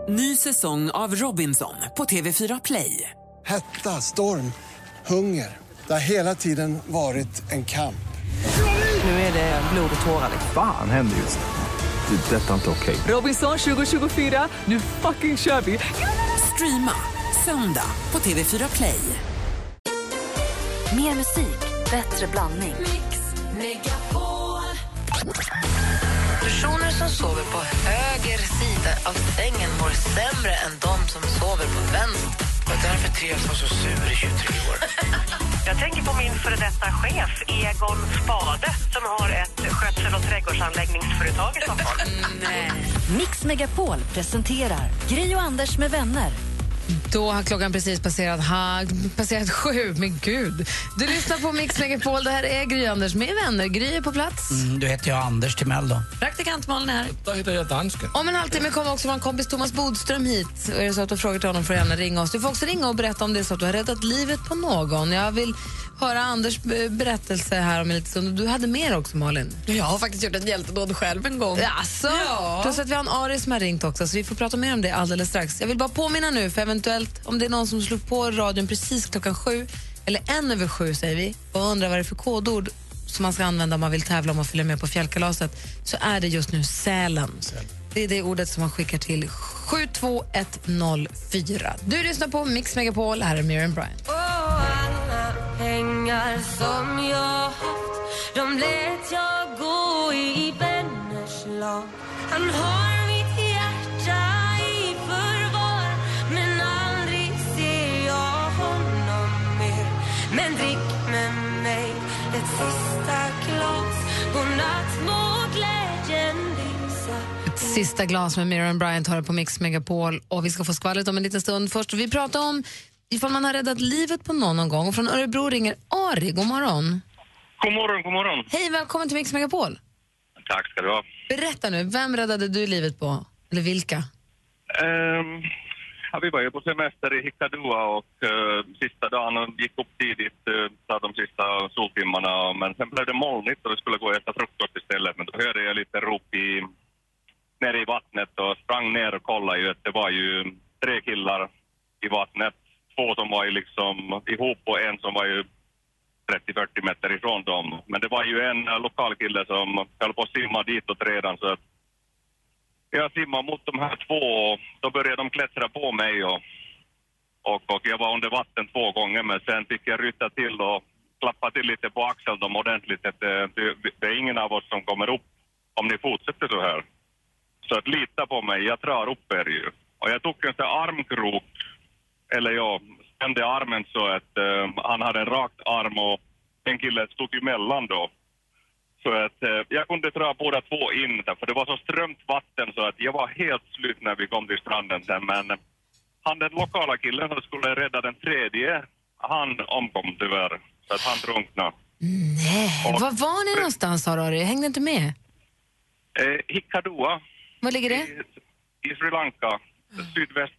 Ny säsong av Robinson på TV4 Play. Hetta, storm, hunger. Det har hela tiden varit en kamp. Nu är det blod och tårar. Fan händer just nu. Det är detta inte okej. Robinson 2024, nu fucking kör vi. Streama söndag på TV4 Play. Mer musik, bättre blandning. Mix Megapol. Personer som sover på höger sida av sängen mår sämre än de som sover på vänster. Och därför trivs jag så sur i 23 år. Jag tänker på min före detta chef, Egon Spade, som har ett skötsel- och trädgårdsanläggningsföretag i Stockholm. Mix Megapol presenterar Gry och Anders med vänner. Då har klockan precis passerat 7, men gud. Du lyssnar på Mix Megapol, det här är Gry Anders med vänner. Gry är på plats. Då heter jag Anders Timell då. Praktikant Malin här. Då heter jag dansken. Om en halvtimme kommer också vår kompis Thomas Bodström hit. Och är det så att du har frågat honom får du gärna ringa oss. Du får också ringa och berätta om det är så att du har räddat livet på någon. Jag vill höra Anders berättelse här om en liten stund. Du hade mer också, Malin. Jag har faktiskt gjort ett hjältedåd själv en gång. Jaså? Ja. Plus att vi har en Ari som har ringt också, så vi får prata mer om det alldeles strax. Jag vill bara påminna nu, för eventuellt om det är någon som slog på radion precis klockan 7, eller 7:01 säger vi, och undrar vad det är för kodord som man ska använda om man vill tävla om att följa med på fjällkalaset, så är det just nu Sälen. Det är det ordet som man skickar till 72104. Du lyssnar på Mix Megapol, här är Miriam Bryant. Alla pengar som jag haft, de lät jag gå i vänners lag. Han har mitt hjärta i förvar, men aldrig ser jag honom mer. Men drick med mig ett sista glas, godnatt må glädjen visa. Ett sista glas med Miriam Bryant har på Mix Megapol, och vi ska få skvallret om en liten stund. Först vi pratar om ifall man har räddat livet på någon gång. Och från Örebro ringer Ari. God morgon. God morgon, god morgon. Hej, välkommen till Mix Megapol. Tack ska du ha. Berätta nu, vem räddade du livet på? Eller vilka? Vi var ju på semester i Hikkadua och sista dagen gick upp tidigt, de sista soltimmarna. Men sen blev det molnigt och vi skulle gå och äta frukost istället. Men då hörde jag lite rop nere i vattnet och sprang ner och kollade ju att det var ju 3 killar i vattnet. 2 som var ju liksom ihop och en som var ju 30-40 meter ifrån dem. Men det var ju en lokal kille som höll på att simma ditåt redan, så att jag simmade mot de här 2 och då började de klättra på mig och jag var under vatten 2 gånger, men sen fick jag rytta till och klappa till lite på axeln dem ordentligt att det är ingen av oss som kommer upp om ni fortsätter så här. Så att lita på mig, jag drar upp er ju. Och jag tog en sån armkrok, eller jag spände armen så att han hade en rakt arm och en kille stod emellan då. Så att jag kunde dra båda 2 in där, för det var så strömt vatten så att jag var helt slut när vi kom till stranden sen. Men han, den lokala killen som skulle rädda den 3:e, han omkom tyvärr. Så att han drunknade. Nej, var var ni någonstans, Ari? Jag hängde inte med. Hikkadua. Var ligger det? I Sri Lanka, sydväst.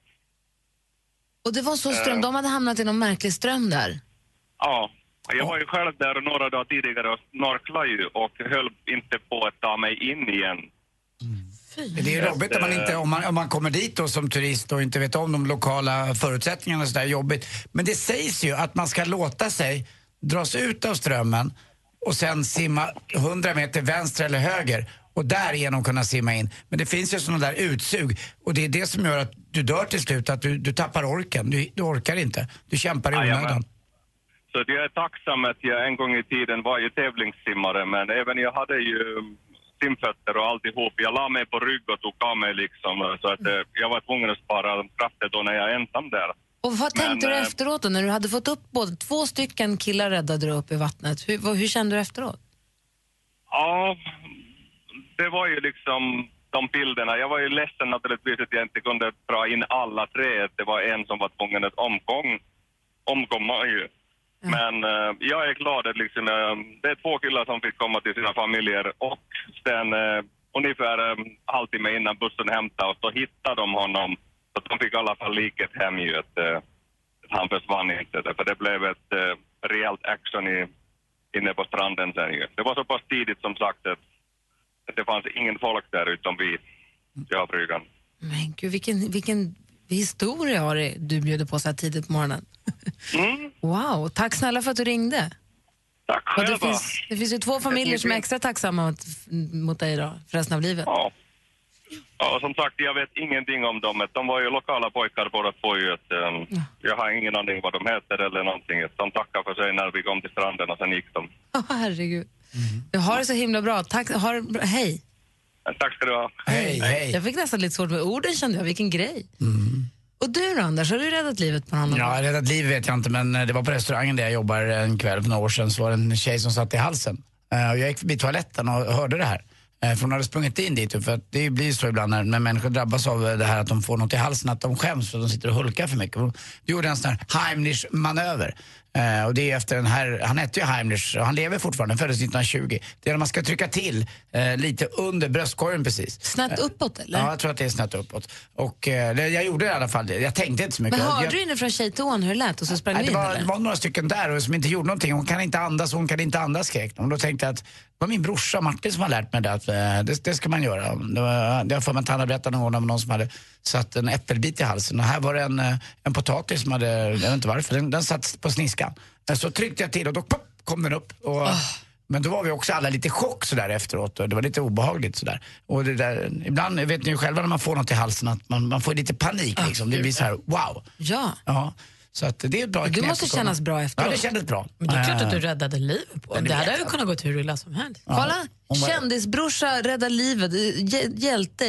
Och det var så ström, de hade hamnat i någon märklig ström där. Ja, jag var ju själv där några dagar tidigare och snorklade ju och höll inte på att ta mig in igen. Det är jobbigt om man inte, om man kommer dit då som turist och inte vet om de lokala förutsättningarna, så där jobbigt. Men det sägs ju att man ska låta sig dras ut av strömmen och sen simma 100 meter vänster eller höger och därigenom kunna simma in. Men det finns ju sådana där utsug och det är det som gör att du dör till slut, att du tappar orken. Du orkar inte. Du kämpar i onödan. Så jag är tacksam att jag en gång i tiden var ju tävlingssimmare, men även jag hade ju simfötter och alltihop. Jag la mig på rygg och tog av mig liksom, så att jag var tvungen att spara krafter då när jag är ensam där. Och vad tänkte du efteråt då, när du hade fått upp både 2 stycken killar räddade du upp i vattnet? Hur kände du efteråt? Ja, det var ju liksom de bilderna. Jag var ju ledsen naturligtvis att jag inte kunde dra in alla 3. Det var en som var tvungen att omkomma ju. Men jag är glad att liksom, det är 2 killar som fick komma till sina familjer och sen ungefär halvtimme innan bussen hämtade oss, så hittade de honom. Så de fick i alla fall liket hem ju, att han försvann inte. För det blev ett rejält action inne på stranden sen ju. Det var så pass tidigt som sagt att det fanns ingen folk där utom vi, jag och frugan. Men gud, vilken historia har du bjuder på så här tidigt på morgonen. Wow, tack snälla för att du ringde. Tack själva. Det finns ju 2 familjer som är extra tacksamma mot dig då, för resten av livet. Ja, som sagt, jag vet ingenting om dem. De var ju lokala pojkar båda två. Jag har ingen aning vad de heter eller någonting. De tackade för sig när vi kom till stranden och sen gick de. Herregud. Du har det så himla bra. Tack, hej. Tack ska du ha. Hej. Jag fick nästan lite svårt med orden, kände jag. Vilken grej. Och du då, Anders, har du räddat livet på någon annan? Ja, räddat livet vet jag inte, men det var på restaurangen där jag jobbar en kväll för några år sedan, så var det en tjej som satt i halsen. Och jag gick förbi toaletten och hörde det här. För hon hade sprungit in dit, för att det blir så ibland när människor drabbas av det här att de får något i halsen, att de skäms för att de sitter och hulkar för mycket. Och det gjorde en sån här Heimlich-manöver. Och det är efter den här, han hette ju Heimlich och han lever fortfarande, föddes 1920. Det är när man ska trycka till lite under bröstkorgen precis. Snett uppåt eller? Ja, jag tror att det är snett uppåt. Och jag gjorde det i alla fall det. Jag tänkte inte så mycket. Men hörde du inne från tjejtoan hur det lät och så sprang in eller? Det var några stycken där som inte gjorde någonting. Hon kan inte andas, skrek de. Och då tänkte jag att det var min brorsa Martin som har lärt mig det, att det ska man göra. Det har för mig att han hade berättat någon gång om någon som hade satt en äppelbit i halsen. Och här var det en potatis som hade, jag vet inte varför, den satt på sniskan. Så tryckte jag till och då kom den upp. Men då var vi också alla lite chock sådär efteråt och det var lite obehagligt sådär. Och det där, ibland vet ni ju själva när man får något i halsen att man får lite panik liksom. Det blir så här, wow. Ja. Så att det är ett bra knep. Du måste kännas bra efteråt. Ja, det kändes bra. Men det är klart att du räddade livet på. Det hade ju kunnat gå hur illa som helst. Kolla, kändisbrorsa räddar livet, hjälte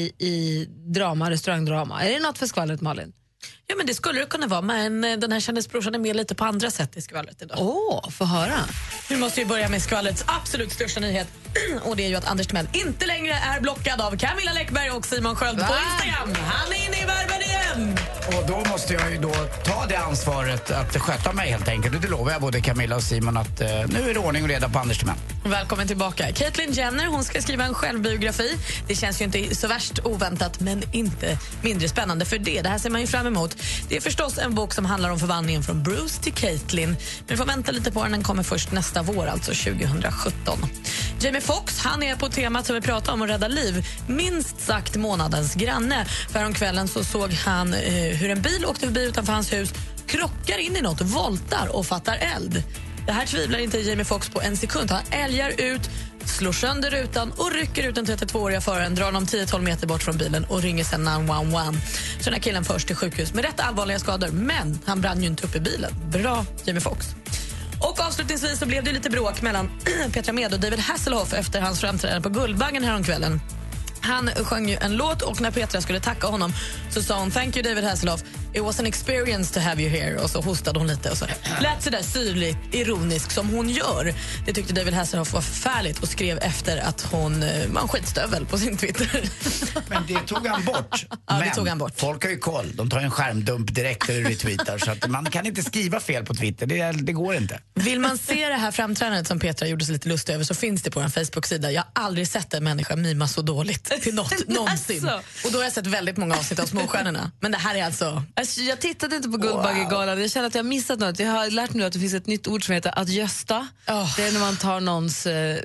i drama, restaurangdrama. Är det något för skvallret, Malin? Ja, men det skulle det kunna vara, men den här kändisbrorsan är med lite på andra sätt i skvallret idag. Få höra. Vi måste ju börja med skvallrets absolut största nyhet. Och det är ju att Anders Timell inte längre är blockad av Camilla Läckberg och Simon Sköld på Instagram. Han är inne i värmen igen! Och då måste jag ju då ta det ansvaret att sköta mig helt enkelt. Och det lovar jag både Camilla och Simon att nu är det ordning och reda på Anders Timell. Välkommen tillbaka. Caitlyn Jenner, hon ska skriva en självbiografi. Det känns ju inte så värst oväntat, men inte mindre spännande för det. Det här ser man ju fram emot. Det är förstås en bok som handlar om förvandlingen från Bruce till Caitlyn. Men vi får vänta lite på den kommer först nästa vår, alltså 2017. Jamie Foxx, han är på temat som vi pratar om att rädda liv. Minst sagt månadens granne. För om kvällen så såg han hur en bil åkte förbi utanför hans hus, krockar in i något, voltar och fattar eld. Det här tvivlar inte Jamie Foxx på en sekund. Han älgar ut, slår sönder rutan och rycker ut den 32-åriga föraren, drar honom 10-12 meter bort från bilen och ringer sen 911. Så den här killen förs till sjukhus med rätt allvarliga skador, men han brann ju inte upp i bilen. Bra, Jamie Foxx. Och avslutningsvis så blev det lite bråk mellan Petra Mede och David Hasselhoff efter hans framträdande på Guldbaggen häromkvällen. Han sjöng ju en låt och när Petra skulle tacka honom så sa hon "Thank you David Hasselhoff, it was an experience to have you here", och så hostade hon lite och så lät så där syrligt ironisk som hon gör. Det tyckte David Hasselhoff var förfärligt och skrev efter att hon var en skitstövel på sin Twitter. Men det tog han bort. Ja, det tog han bort. Folk har ju koll, de tar en skärmdump direkt eller retweetar, så att man kan inte skriva fel på Twitter, det går inte. Vill man se det här framträdandet som Petra gjorde sig lite lustig över så finns det på en Facebook-sida. Jag har aldrig sett en människa mima så dåligt till något någonsin. Och då har jag sett väldigt många avsnitt av Småstjärnorna. Men det här är alltså jag tittade inte på Guldbaggegalan. Jag känner att jag har missat något. Jag har lärt mig att det finns ett nytt ord som heter att gösta. Det är när man tar någons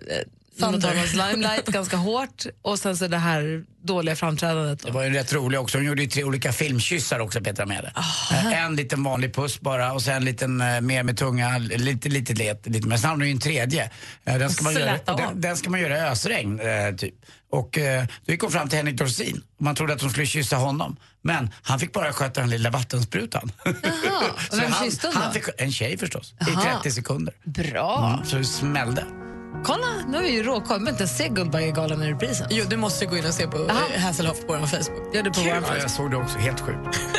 limelight ganska hårt och sen så det här dåliga framträdandet. Det var ju rätt roligt också. Hon gjorde ju 3 olika filmkyssar också, Petra Mede. En liten vanlig puss bara och sen en liten mer med tunga, lite men sen har hon ju en tredje. Den ska man göra i ösregn typ. Och då gick hon fram till Henrik Dorsin och man trodde att hon skulle kyssa honom. Men han fick bara sköta den lilla vattensprutan. Jaha, och vem kysste hon då? Han fick en tjej förstås, i 30 sekunder. Bra. Så det smällde. Kolla, nu är vi ju råkoll. Men inte se Guldbaggegalan i reprisen. Jo, du måste gå in och se på Hasselhoff på vår Facebook. Gör det på vår Facebook. Jag såg det också, helt sjukt.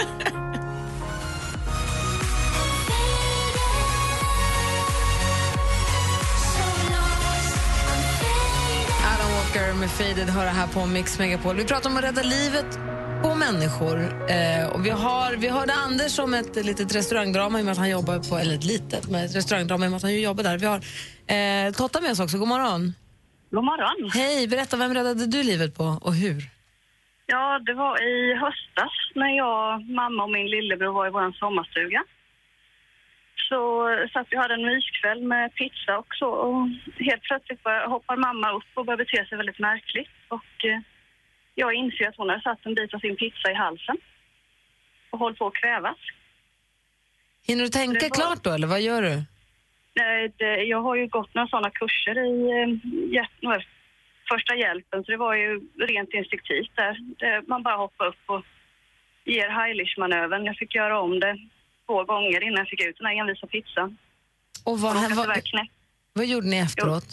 Adam Walker med Faded hör här på Mix Megapol. Vi pratar om att rädda livet på människor. Och vi hörde Anders om ett litet restaurangdrama i och med att han jobbar på, eller ett litet med ett restaurangdrama i och med att han ju jobbar där. Vi har Totta med oss också. God morgon. God morgon. Hej, berätta, vem räddade du livet på och hur? Ja, det var i höstas när jag, mamma och min lillebror var i vår sommarstuga. Så satt vi hade en myskväll med pizza och så. Och helt plötsligt hoppar mamma upp och börjar bete sig väldigt märkligt. Och jag inser att hon har satt en bit av sin pizza i halsen och håller på att kvävas. Hinner du tänka klart då, eller vad gör du? Jag har ju gått några sådana kurser i första hjälpen, så det var ju rent instinktivt där. Man bara hoppar upp och ger Heilish-manövern. Jag fick göra om det 2 gånger innan jag fick ut den här envisa pizzan. Och vad gjorde ni efteråt?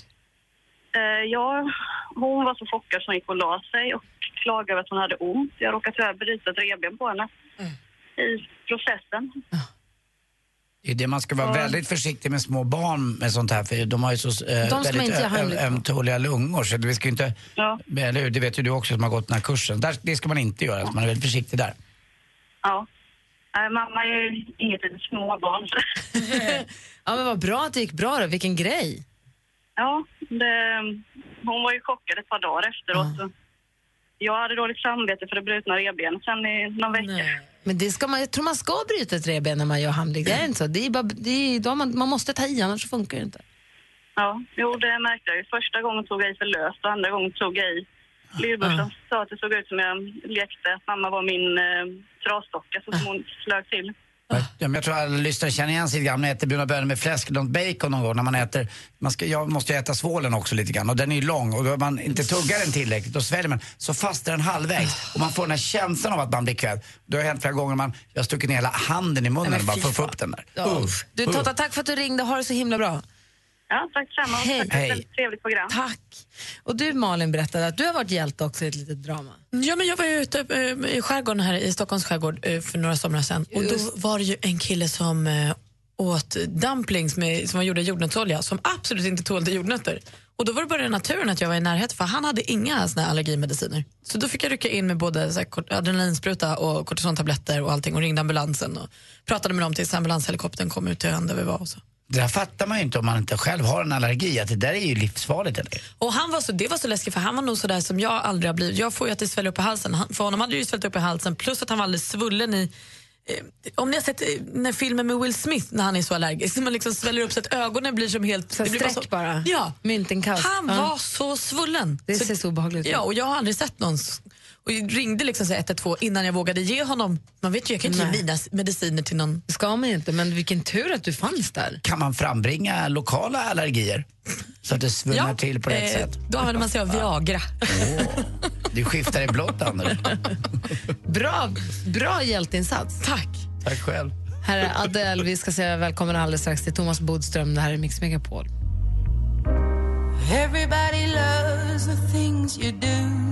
Hon var så chockad som gick och la sig och klagade över att hon hade ont. Jag råkade tyvärr bryta ett revben på henne i processen. Det är det man ska vara väldigt försiktig med små barn med sånt här, för de har ju så väldigt ömtåliga lungor, så vi ska inte, eller det vet ju du också som har gått den här kursen. Det ska man inte göra, så man är väldigt försiktig där. Ja. Mamma är ju inget litet småbarn. Ja, men vad bra att det gick bra då, vilken grej. Ja, hon var ju chockad ett par dagar efteråt. Jag hade dåligt samvete för att brutna revben sen i någon vecka. Men jag tror man ska bryta ett revben när man gör handling. Det är inte så. Man måste ta i, annars funkar det inte. Ja, det märkte jag ju. Första gången tog jag i för löst och andra gången tog jag i. Lillbrorsan sa att det såg ut som jag lekte. Att mamma var min trasdocka som hon flög till. Jag tror alla lyssnare känner igen sig lite grann. Man äter bruna bönor med fläsk eller bacon någon gång när man äter. Jag måste ju äta svålen också lite grann, och den är ju lång, och då man inte tuggar den tillräckligt, då sväljer man, så fastnar den halvvägs och man får den här känslan av att man blir kvävd. Det har hänt flera gånger jag har stuckit ner hela handen i munnen bara för att få upp den där. Du Totta, tack för att du ringde, ha det så himla bra. Ja, tack samma. Hej. Tack för ett trevligt program. Tack. Och du Malin berättade att du har varit hjälte också i ett litet drama. Ja, men jag var ute i skärgården här i Stockholms skärgård för några somrar sedan. Och då var det ju en kille som åt dumplings som var gjorda i jordnötsolja, som absolut inte tålde jordnötter. Och då var det bara naturen att jag var i närheten, för han hade inga såna allergimediciner. Så då fick jag rycka in med både adrenalinspruta och kortisontabletter och allting, och ringde ambulansen och pratade med dem tills ambulanshelikoptern kom ut till ön där vi var och så. Det där fattar man ju inte om man inte själv har en allergi, att det där är ju livsfarligt. Eller? Och det var så läskigt, för han var nog så där som jag aldrig har blivit. Jag får ju att det sväller upp i halsen. För honom hade det ju svällt upp i halsen, plus att han var alldeles svullen i... om ni har sett när filmen med Will Smith när han är så allergisk, man liksom sväller upp så att ögonen blir som helt... Så sträck bara. Ja. Myntenkast. Han var så svullen. Det ser så obehagligt ut. Ja, och jag har aldrig sett någon... Och jag ringde liksom 112 innan jag vågade ge honom. Man vet ju, jag kan inte ge mina mediciner till någon. Det ska man ju inte, men vilken tur att du fanns där. Kan man frambringa lokala allergier så att det svullnar till på rätt sätt? Då använder man sig av Viagra. Du skiftar i blått, Anders. Bra hjälteinsats. Tack. Tack själv. Här är Adele, vi ska säga välkommen alldeles strax till Thomas Bodström. Det här är Mix Megapol. Everybody loves the things you do.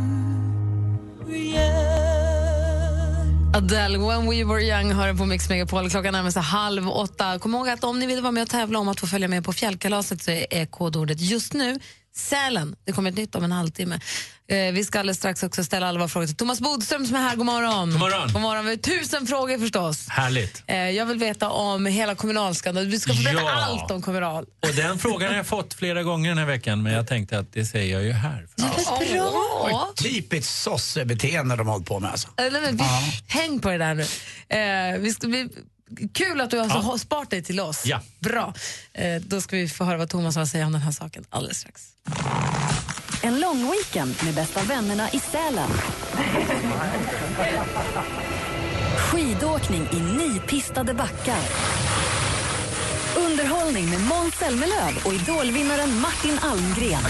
Adele, When We Were Young, hör på Mix Megapol. Klockan närmar sig 7:30. Kom ihåg att om ni vill vara med och tävla om att få följa med på fjällkalaset, så är kodordet just nu Sälen. Det kommer ett nytt om en halvtimme. Vi ska alldeles strax också ställa alla våra frågor till Thomas Bodström som är här. God morgon. God morgon. God morgon. Vi har 1000 frågor förstås. Härligt. Jag vill veta om hela kommunalskandalen. Vi ska få veta allt om kommunal. Och den frågan har jag fått flera gånger den här veckan, men jag tänkte att det säger jag ju här. Bra. Typiskt sossebeteende de har hållit på med alltså. Häng på det där nu. Kul att du har sparat dig till oss. Ja. Bra. Då ska vi få höra vad Thomas har att säga om den här saken alldeles strax. En lång weekend med bästa vännerna i Sälen. Skidåkning i nypistade backar. Underhållning med Måns Zelmerlöw och idolvinnaren Martin Almgren.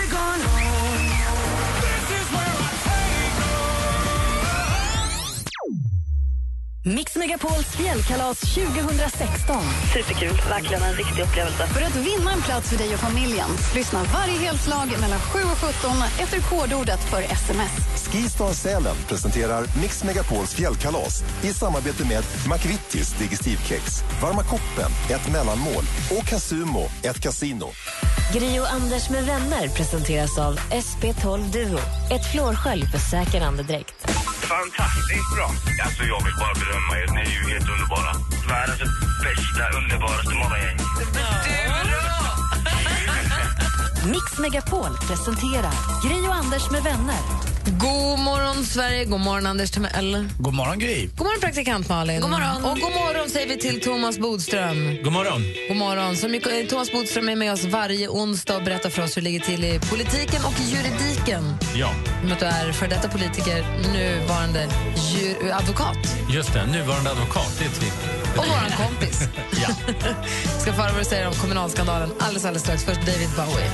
Mix Megapols fjällkalas 2016. Superkul, verkligen en riktig upplevelse. För att vinna en plats för dig och familjen, lyssna varje helslag mellan 7 och 17 efter kodordet för sms. Skistar Sälen presenterar Mix Megapols fjällkalas i samarbete med McVittys digestivkex, Varma koppen, ett mellanmål och Casumo, ett kasino. Gri och Anders med vänner presenteras av SP12 Duo. Ett flårskölj för säker andedräkt. Fantastiskt bra. Alltså jag vill bara berömma er. Ni är ju helt underbara. Världens bästa, underbaraste morgongäng. Mix Megapol presenterar Gri och Anders med vänner. God morgon Sverige, god morgon Anders Timell. God morgon Gry. God morgon praktikant Malin. God morgon. Och god morgon säger vi till Thomas Bodström. God morgon. God morgon. Thomas Bodström är med oss varje onsdag och berättar för oss hur det ligger till i politiken och juridiken. Ja. Med att du är för detta politiker, nuvarande advokat. Just det, nuvarande advokat, det är ett och våran kompis. Ja. Ska få höra vad du säger om kommunalskandalen alldeles strax. Först David Bowie.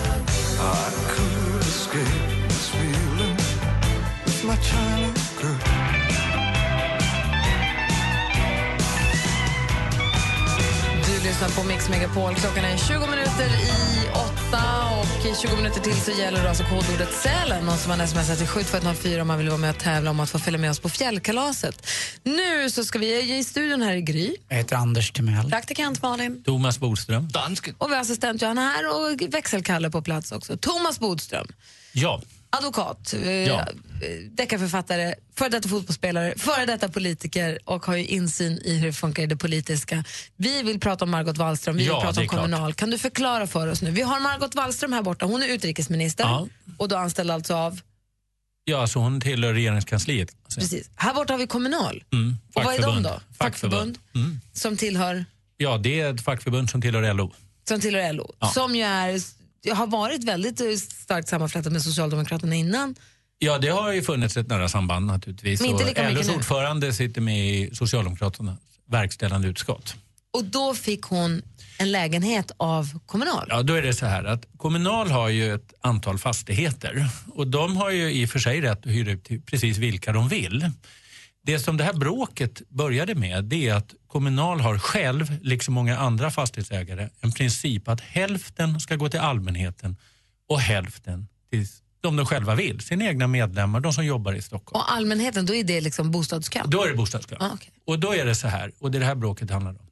Du lyssnar på Mix Megapol. Klockan är 20 minuter i 8 och 20 minuter till så gäller det alltså kodordet Sälen. Någon som har smsat till 72104 om man vill vara med och tävla om att få följa med oss på fjällkalaset. Nu så ska vi i studion här i Gry. Jag heter Anders Timell. Praktikant Malin. Thomas Bodström. Dansken. Och vi har assistent Johanna här och växelkalle på plats också. Thomas Bodström. Ja. Advokat, deckarförfattare, före detta fotbollsspelare, före detta politiker och har ju insyn i hur det funkar i det politiska. Vi vill prata om Margot Wallström, vi vill prata om Kommunal. Klart. Kan du förklara för oss nu? Vi har Margot Wallström här borta, hon är utrikesminister och då anställd alltså av? Ja, alltså hon tillhör regeringskansliet. Precis. Här borta har vi Kommunal. Och vad är de då? Fackförbund. Som tillhör? Ja, det är ett fackförbund som tillhör LO. Som tillhör LO. Ja. Som ju har varit väldigt starkt sammanflätat med Socialdemokraterna innan. Ja, det har ju funnits ett nära samband naturligtvis. Men inte lika mycket LOs ordförande sitter med i Socialdemokraternas verkställande utskott. Och då fick hon en lägenhet av Kommunal? Ja, då är det så här att Kommunal har ju ett antal fastigheter. Och de har ju i och för sig rätt att hyra ut till precis vilka de vill. Det som det här bråket började med, det är att Kommunal har själv, liksom många andra fastighetsägare, en princip att hälften ska gå till allmänheten och hälften till de själva vill. Sina egna medlemmar, de som jobbar i Stockholm. Och allmänheten, då är det liksom bostadskö? Då är det bostadskö. Okay. Och då är det så här, och det är det här bråket handlar om.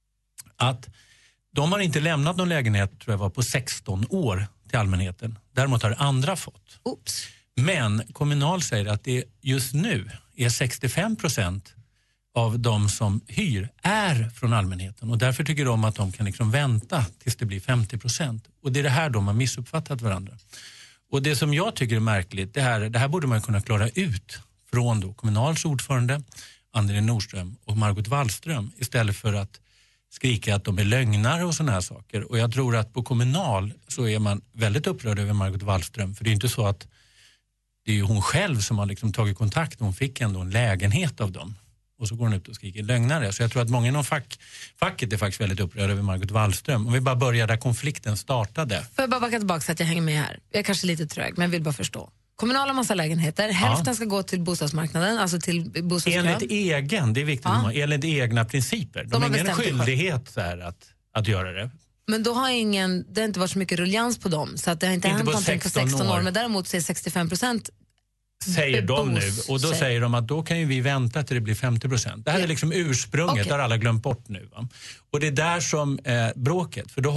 Att de har inte lämnat någon lägenhet, tror jag var, på 16 år till allmänheten. Däremot har andra fått. Oops. Men Kommunal säger att det just nu är 65% av de som hyr är från allmänheten. Och därför tycker de att de kan liksom vänta tills det blir 50%. Och det är det här de har missuppfattat varandra. Och det som jag tycker är märkligt, det här borde man kunna klara ut från då Kommunals ordförande, André Nordström och Margot Wallström, istället för att skrika att de är lögnare och såna här saker. Och jag tror att på Kommunal så är man väldigt upprörd över Margot Wallström. För det är inte så att det är ju hon själv som har liksom tagit kontakt. Hon fick ändå en lägenhet av dem. Och så går hon ut och skriker lögnare. Så jag tror att många inom facket är faktiskt väldigt upprörda över Margot Wallström. Om vi bara börjar där konflikten startade. Får jag bara backa tillbaka så att jag hänger med här? Jag är kanske lite trög, men jag vill bara förstå. Kommunal har massa lägenheter. Hälften ska gå till bostadsmarknaden, alltså till bostadskön. Det är viktigt. Enligt egna principer. De har ingen skyldighet så här att göra det. Men då har det har inte varit så mycket ruljans på dem. Så att det har inte hänt någonting på 16 år. Men däremot så är 65% säger de nu. Och då säger de att då kan ju vi vänta till det blir 50%. Det här är liksom ursprunget, det har alla glömt bort nu. Va? Och det är där som bråket. För då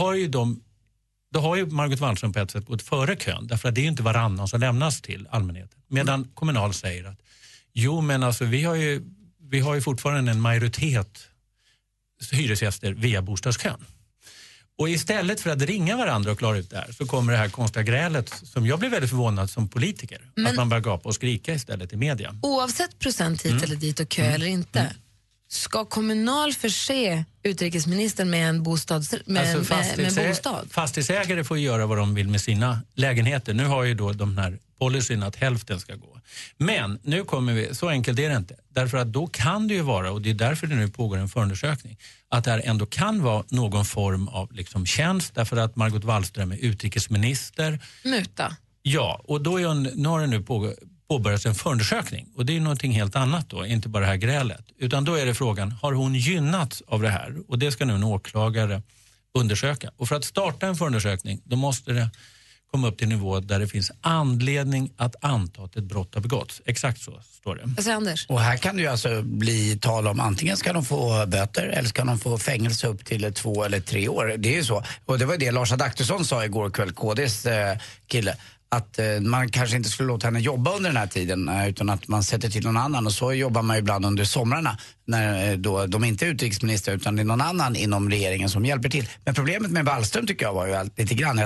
har ju Margot Wallström på ett sätt gått före kön. Därför att det är ju inte varannan som lämnas till allmänheten. Medan Kommunal säger att men alltså vi har ju fortfarande en majoritet hyresgäster via bostadskön. Och istället för att ringa varandra och klara ut det här så kommer det här konstiga grälet som jag blir väldigt förvånad som politiker. Att man börjar gapa och skrika istället i media. Oavsett procent hit eller dit och kö eller inte, ska Kommunal förse utrikesministern med en bostad? Fastighetsägare får göra vad de vill med sina lägenheter. Nu har ju då de här policyn att hälften ska gå. Men nu kommer vi, så enkelt är det inte. Därför att då kan det ju vara, och det är därför det nu pågår en förundersökning, att det här ändå kan vara någon form av liksom tjänst, därför att Margot Wallström är utrikesminister. Muta. Ja, och då har det nu påbörjats en förundersökning. Och det är ju någonting helt annat då, inte bara det här grälet. Utan då är det frågan, har hon gynnats av det här? Och det ska nu en åklagare undersöka. Och för att starta en förundersökning, då måste det komma upp till nivå där det finns anledning att anta att ett brott har begåtts. Exakt så står det. Vad säger Anders? Och här kan det ju alltså bli tal om antingen ska de få böter eller ska de få fängelse upp till 2 eller 3 år. Det är ju så. Och det var det Lars Adaktusson sa igår kväll, KDs kille. Att man kanske inte skulle låta henne jobba under den här tiden utan att man sätter till någon annan. Och så jobbar man ju ibland under somrarna när då de inte är utrikesminister utan det är någon annan inom regeringen som hjälper till. Men problemet med Wallström tycker jag var ju lite grann att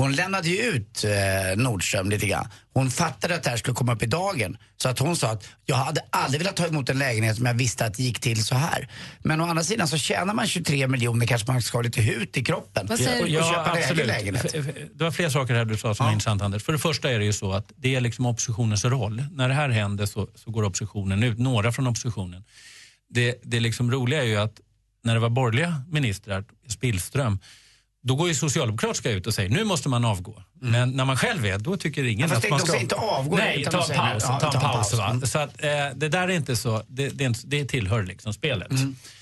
hon lämnade ju ut Nordström lite grann. Hon fattade att det här skulle komma upp i dagen. Så att hon sa att jag hade aldrig velat ta emot en lägenhet som jag visste att det gick till så här. Men å andra sidan så tjänar man 23 miljoner, kanske man ska ha lite hut i kroppen. Vad säger du? Ja, köpa absolut. lägenhet. Det var flera saker här du sa som var intressant, Anders. För det första är det ju så att det är liksom oppositionens roll. När det här händer så går oppositionen ut, några från oppositionen. Det liksom roliga är ju att när det var borgerliga ministrar, Billström, då går ju socialdemokratiska ut och säger nu måste man avgå. Men när man själv är, då tycker ingen att man ska... inte avgå. Nej, ta en paus. Va? Så att det där är inte så... Det tillhör liksom spelet.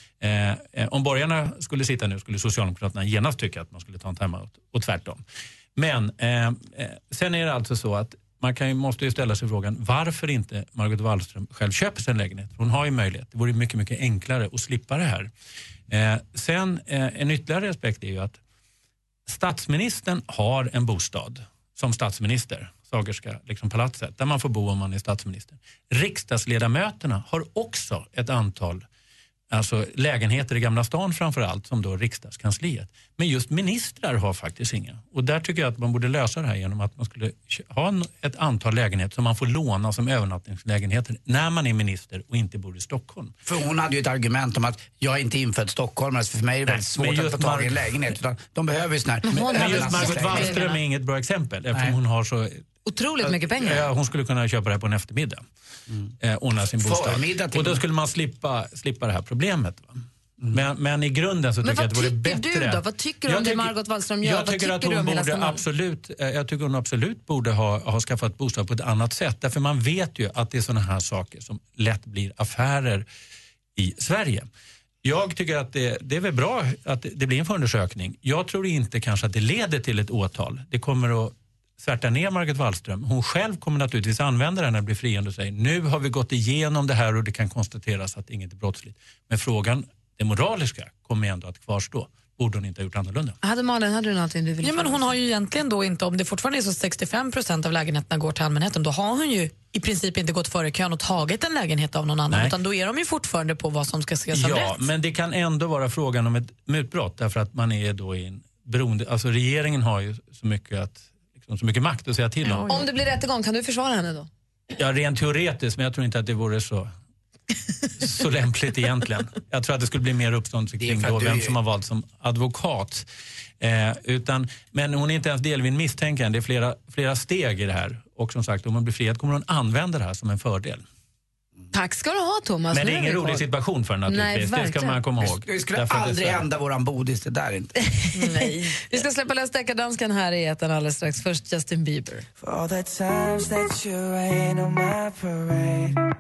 Om borgarna skulle sitta nu skulle Socialdemokraterna genast tycka att man skulle ta en timeout och tvärtom. Men sen är det alltså så att man måste ju ställa sig frågan varför inte Margot Wallström själv köper sin lägenhet. Hon har ju möjlighet. Det vore mycket, mycket enklare att slippa det här. Sen en ytterligare aspekt är ju att statsministern har en bostad som statsminister, Sagerska liksom palatset, där man får bo om man är statsminister. Riksdagsledamöterna har också ett antal lägenheter i Gamla stan framförallt, som då riksdagskansliet. Men just ministrar har faktiskt inga. Och där tycker jag att man borde lösa det här genom att man skulle ha ett antal lägenheter som man får låna som övernattningslägenheter när man är minister och inte bor i Stockholm. För hon hade ju ett argument om att jag är inte infödd stockholmare, så för mig är det väldigt svårt att få tag i en lägenhet. Utan de behöver ju sån här... Men just Margot Wallström är inget bra exempel eftersom hon har så... Otroligt mycket pengar. Ja, hon skulle kunna köpa det här på en eftermiddag. Ordna sin bostad. Och då skulle man slippa det här problemet. Va? Men i grunden så tycker jag att det vore bättre. Men vad tycker du då? Vad tycker du om det Margot Wallström gör? Jag tycker att hon absolut borde ha skaffat bostad på ett annat sätt. Därför man vet ju att det är såna här saker som lätt blir affärer i Sverige. Jag tycker att det är väl bra att det blir en förundersökning. Jag tror inte kanske att det leder till ett åtal. Det kommer att svärta ner Margot Wallström. Hon själv kommer naturligtvis använda den när det blir friande och säger nu har vi gått igenom det här och det kan konstateras att inget är brottsligt. Men frågan, det moraliska, kommer ändå att kvarstå. Borde hon inte ha gjort annorlunda? Hade du någonting du ville? Ja, men hon har ju egentligen då inte, om det fortfarande är så 65% av lägenheterna går till allmänheten, då har hon ju i princip inte gått före kön och tagit en lägenhet av någon annan. Nej. Utan då är de ju fortfarande på vad som ska ses som rätt. Ja, men det kan ändå vara frågan om ett mutbrott därför att man är då i en beroende, alltså regeringen har ju så mycket makt att säga till om. Om det blir rättegång, kan du försvara henne då? Ja, rent teoretiskt, men jag tror inte att det vore så lämpligt egentligen. Jag tror att det skulle bli mer uppstånd kring då vem som har valt som advokat. Men hon är inte ens delvis misstänkt. Det är flera steg i det här. Och som sagt, om hon blir friad kommer hon använda det här som en fördel. Tack ska du ha, Thomas. Men det är ingen rolig situation för henne naturligtvis. Nej, det ska man komma ihåg. Det skulle aldrig hända våran bodis, det där inte. Nej. Vi ska släppa lös deckardansken här i etern alldeles strax. Först Justin Bieber. For all the times that you rain on my parade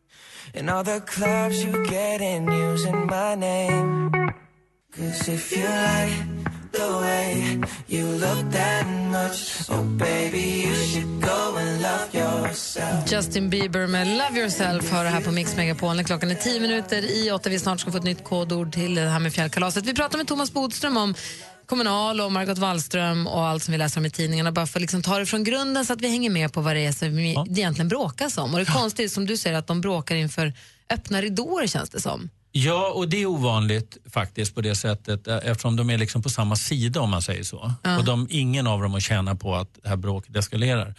and all the clubs you get in using my name. 'Cause if you like the way you look that much, oh baby you should go and love yourself. Justin Bieber med Love Yourself hör här på Mix Megapol. Klockan är 10 minuter i 8. Vi snart ska få ett nytt kodord till det här med fjällkalaset. Vi pratar med Thomas Bodström om Kommunal och Margot Wallström och allt som vi läser om i tidningarna, bara för att liksom ta det från grunden så att vi hänger med på vad det är som vi egentligen bråkas om. Och det är konstigt som du säger att de bråkar inför öppna ridåer, känns det som. Ja, och det är ovanligt faktiskt på det sättet eftersom de är liksom på samma sida om man säger så. Och ingen av dem har tjänat på att det här bråket eskalerar.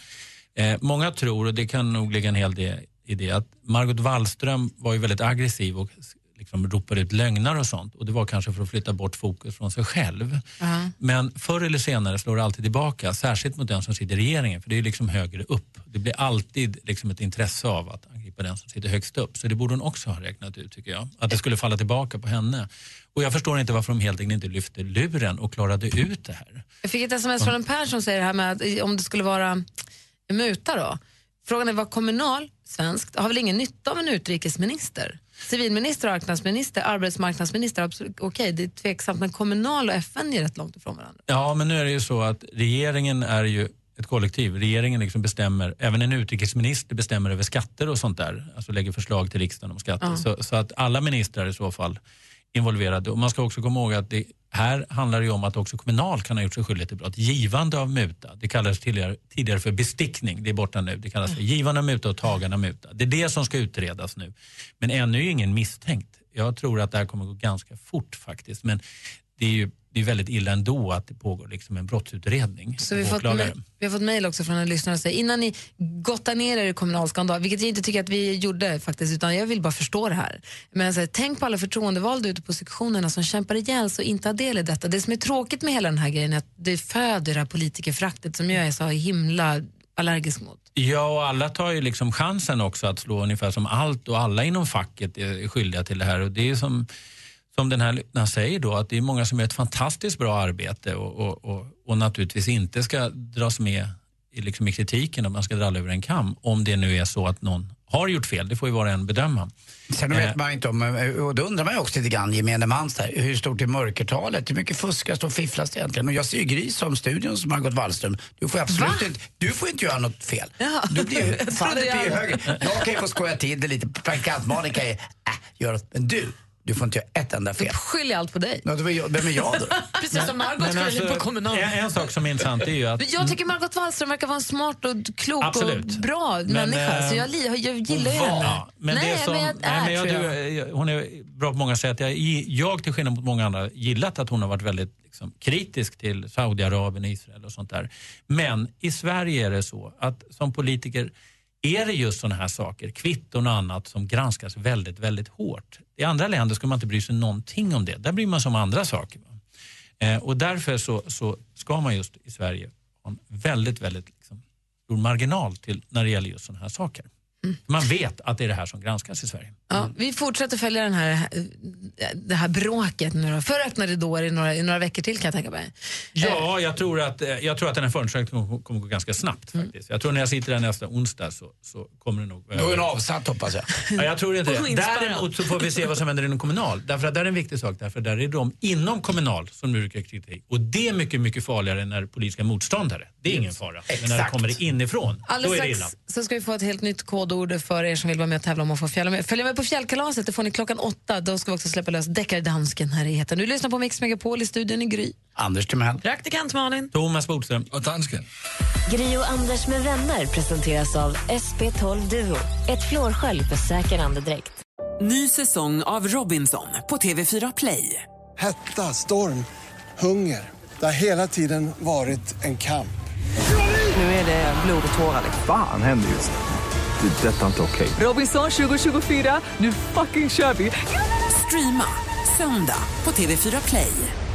Många tror, och det kan nog ligga en hel del i det, att Margot Wallström var ju väldigt aggressiv och liksom ropade ut lögner och sånt. Och det var kanske för att flytta bort fokus från sig själv. Men förr eller senare slår det alltid tillbaka, särskilt mot den som sitter i regeringen. För det är liksom högre upp. Det blir alltid liksom ett intresse av att angripa den som sitter högst upp. Så det borde hon också ha räknat ut, tycker jag. Att det skulle falla tillbaka på henne. Och jag förstår inte varför de helt enkelt inte lyfte luren och klarade ut det här. Jag fick ett sms från en person som säger det här med att om det skulle vara en muta då. Frågan är vad Kommunal, svenskt, har väl ingen nytta av en utrikesminister? Civilminister, arbetsmarknadsminister, absolut okej, det är tveksamt, men Kommunal och FN är rätt långt ifrån varandra. Ja, men nu är det ju så att regeringen är ju ett kollektiv. Regeringen liksom bestämmer, även en utrikesminister bestämmer över skatter och sånt där. Alltså lägger förslag till riksdagen om skatter. Så att alla ministrar i så fall involverade. Och man ska också komma ihåg att det här handlar ju om att också Kommunal kan ha gjort sig skyldig till brott. Givande av muta. Det kallades tidigare för bestickning. Det är borta nu. Det kallas för givande av muta och tagande av muta. Det är det som ska utredas nu. Men ännu är ingen misstänkt. Jag tror att det här kommer gå ganska fort faktiskt. Men det är väldigt illa ändå att det pågår liksom en brottsutredning. Så vi har fått mejl också från en lyssnare som säger, innan ni gottar ner er i kommunalskandal, vilket jag inte tycker att vi gjorde faktiskt, utan jag vill bara förstå det här. Men så här, tänk på alla förtroendevalda ute på sektionerna som kämpar ihjäl och inte har del i detta. Det som är tråkigt med hela den här grejen är att det föder det här politikerfraktet som jag är så himla allergisk mot. Ja, och alla tar ju liksom chansen också att slå ungefär som allt och alla inom facket är skyldiga till det här. Och det är som den här lyssnaren säger då, att det är många som gör ett fantastiskt bra arbete och naturligtvis inte ska dras med i kritiken, om man ska dra över en kam, om det nu är så att någon har gjort fel. Det får ju vara en bedöma. Sen vet man inte om, och då undrar man ju också lite grann, gemene man, hur stort är mörkertalet? Hur mycket fuskas och fifflas det egentligen? Och jag ser ju gris som studion som Margot Wallström. Du får absolut inte, du får inte göra något fel. Ja. Du blir fallet blir ju högre. Jag kan ju få skoja till det lite. Praktikant Malin kan ju göra något. Men du får inte göra ett enda fel. Du skyller allt på dig. Ja, vem är jag då? Precis som Margot skyller på kommunal. En sak som är intressant är ju att... Jag tycker Margot Wallström verkar vara en smart och klok absolut. Och bra människa. Så jag gillar ju henne. Ja, men hon är bra på många sätt. Jag till skillnad mot många andra gillat att hon har varit väldigt kritisk till Saudiarabien, Israel och sånt där. Men i Sverige är det så att som politiker är det just såna här saker, kvitton och annat, som granskas väldigt, väldigt hårt. I andra länder ska man inte bry sig någonting om det. Där bryr man sig om andra saker. Och därför så ska man just i Sverige ha en väldigt, väldigt stor marginal till när det gäller just såna här saker. Man vet att det är det här som granskas i Sverige. Ja, vi fortsätter följa det här bråket nu då. För öppna ridåer i några veckor till, kan jag tänka mig. Ja, jag tror att den här förundersökningen kommer gå ganska snabbt faktiskt. Jag tror när jag sitter där nästa onsdag så kommer det nog... Då är den avsatt, hoppas jag. Ja, jag tror inte det. Däremot så får vi se vad som händer inom Kommunal. Därför att det är en viktig sak. Därför där är de inom Kommunal som nu brukar kritik. Och det är mycket, mycket farligare när politiska motståndare. Det är ingen fara. Men när det kommer inifrån, då är det illa. Så ska vi få ett helt nytt kodord för er som vill vara med och tävla om att få följa med på fjällkalaset. Det får ni 8:00. Då ska vi också släppa lös Deckardansken här i heten. Du lyssnar på Mix Megapol, i studion i Gry. Anders Timell. Praktikant Malin. Thomas Bodström. Och dansken. Gry och Anders med vänner presenteras av SP12 Duo. Ett flårskölj för säker andedräkt. Ny säsong av Robinson på TV4 Play. Hetta, storm, hunger. Det har hela tiden varit en kamp. Nu är det blod och tårar. Fan händer just det. Det är detta inte okej. Robinson 2024, nu fucking kör vi. Streama söndag på TV4 Play.